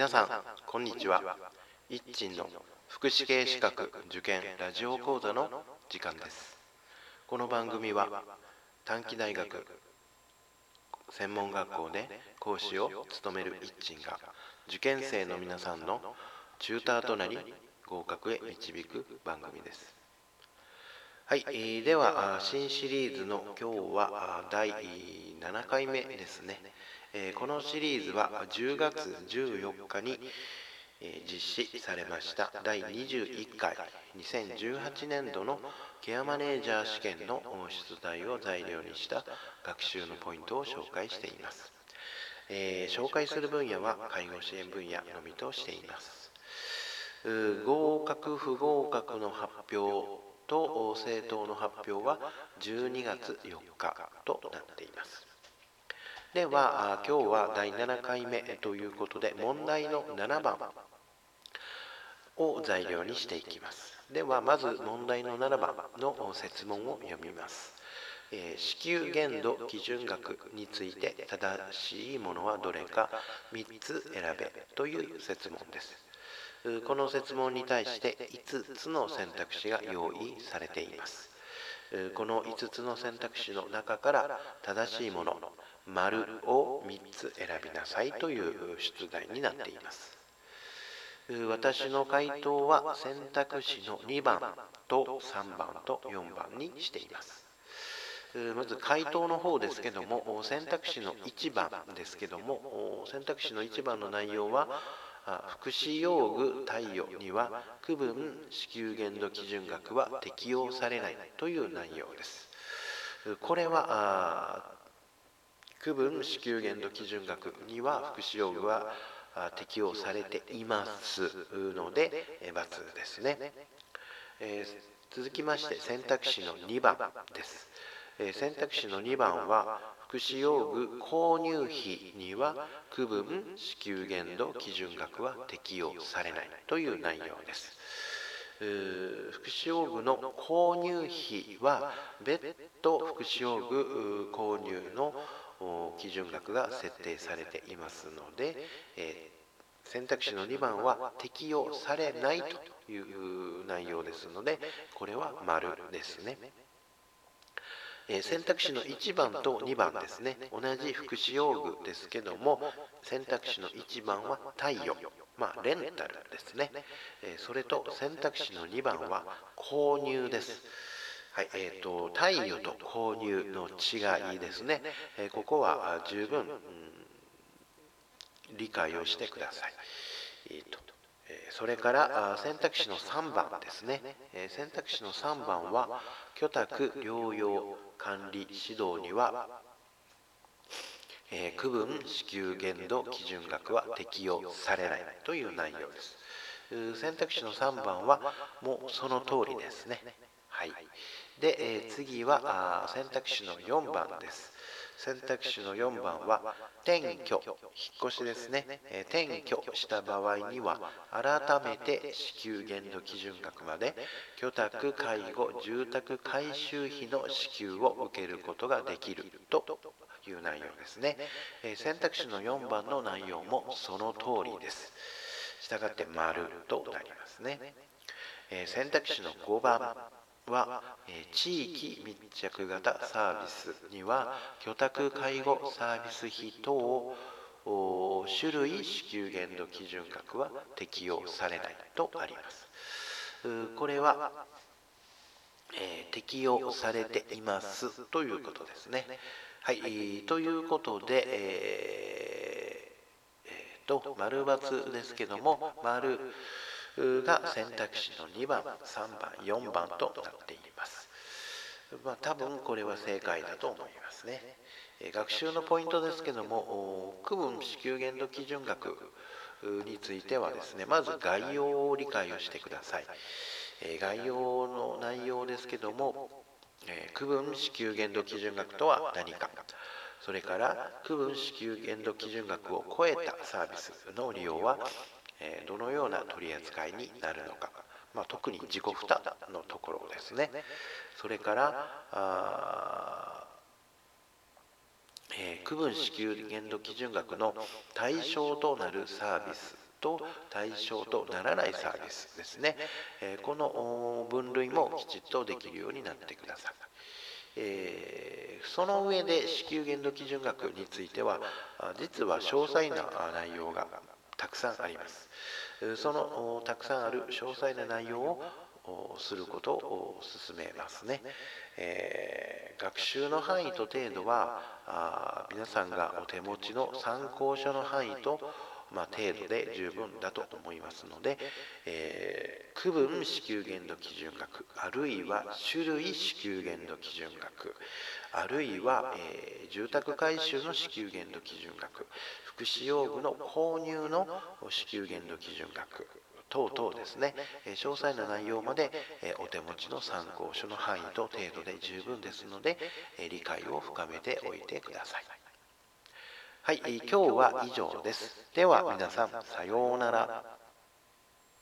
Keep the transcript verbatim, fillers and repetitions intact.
皆さんこんにちは。一鎮の福祉系資格受験ラジオ講座の時間です。この番組は短期大学専門学校で講師を務める一鎮が受験生の皆さんのチューターとなり合格へ導く番組です。はい、えー、では新シリーズの今日はだいななかいめですね。えー、このシリーズはじゅうがつじゅうよっかに、えー、実施されましただいにじゅういっかいにせんじゅうはちねんどのケアマネージャー試験の出題を材料にした学習のポイントを紹介しています。えー、紹介する分野は介護支援分野のみとしています。合格不合格の発表と政党の発表はじゅうにがつよっかとなっています。では今日はだいななかいめということで問題のななばんを材料にしていきます。ではまず問題のななばんの設問を読みます。えー、支給限度基準額について正しいものはどれかみっつ選べという設問です。この設問に対していつつの選択肢が用意されています。このいつつの選択肢の中から正しいもの、丸をみっつ選びなさいという出題になっています。私の回答は選択肢のにばんとさんばんとよんばんにしています。まず回答の方ですけども、選択肢のいちばんですけども、選択肢のいちばんの内容は福祉用具貸与には区分支給限度基準額は適用されないという内容です。これは区分支給限度基準額には福祉用具は適用されていますので×ですね。えー、続きまして選択肢のにばんです。えー、選択肢のにばんは福祉用具購入費には区分支給限度基準額は適用されないという内容です。福祉用具の購入費は別途福祉用具購入の基準額が設定されていますので、えー、選択肢のにばんは適用されないという内容ですので、これは丸ですね。えー、選択肢のいちばんとにばんですね。同じ福祉用具ですけども、選択肢のいちばんは貸与、まあレンタルですね。えー、それと選択肢のにばんは購入です。はい、えーと、貸与と購入の違いですね。えー、ここは十分、うん、理解をしてください。えーとそれから選択肢のさんばんですね。選択肢のさんばんは居宅療養管理指導には区分支給限度基準額は適用されないという内容です。選択肢のさんばんはもうその通りですね。はい。で、えー、次は選択肢のよんばんです。選択肢のよんばんは転居、引っ越しですね。転居した場合には改めて支給限度基準額まで居宅介護住宅改修費の支給を受けることができるという内容ですね。選択肢のよんばんの内容もその通りです。したがって丸となりますね。選択肢のごばんは地域密着型サービスには居宅介護サービス費等種類支給限度基準額は適用されないとあります。これは、えー、適用されていますということですね。はい、ということで、えーえー、と丸×ですけども、丸が選択肢のにばん、さんばん、よんばんとなっています。まあ、多分これは正解だと思いますね。え学習のポイントですけども、区分支給限度基準額についてはですね、まず概要を理解をしてください。え概要の内容ですけども、え区分支給限度基準額とは何か、それから区分支給限度基準額を超えたサービスの利用はどのような取り扱いになるのか、まあ、特に自己負担のところですね。それからえー、区分支給限度基準額の対象となるサービスと対象とならないサービスですね。えーこの分類もきちっとできるようになってください。えーその上で支給限度基準額については、実は詳細な内容がたくさんあります。そのたくさんある詳細な内容をすることを勧めますね。えー学習の範囲と程度はあ皆さんがお手持ちの参考書の範囲と、まあ、程度で十分だと思いますので、えー区分支給限度基準額、あるいは種類支給限度基準額、あるいは、えー住宅改修の支給限度基準額、福祉用具の購入の支給限度基準額等々ですね、えー詳細な内容まで、えーお手持ちの参考書の範囲と程度で十分ですので、えー理解を深めておいてください。はい、えー今日は以上です。では皆さん、さようなら。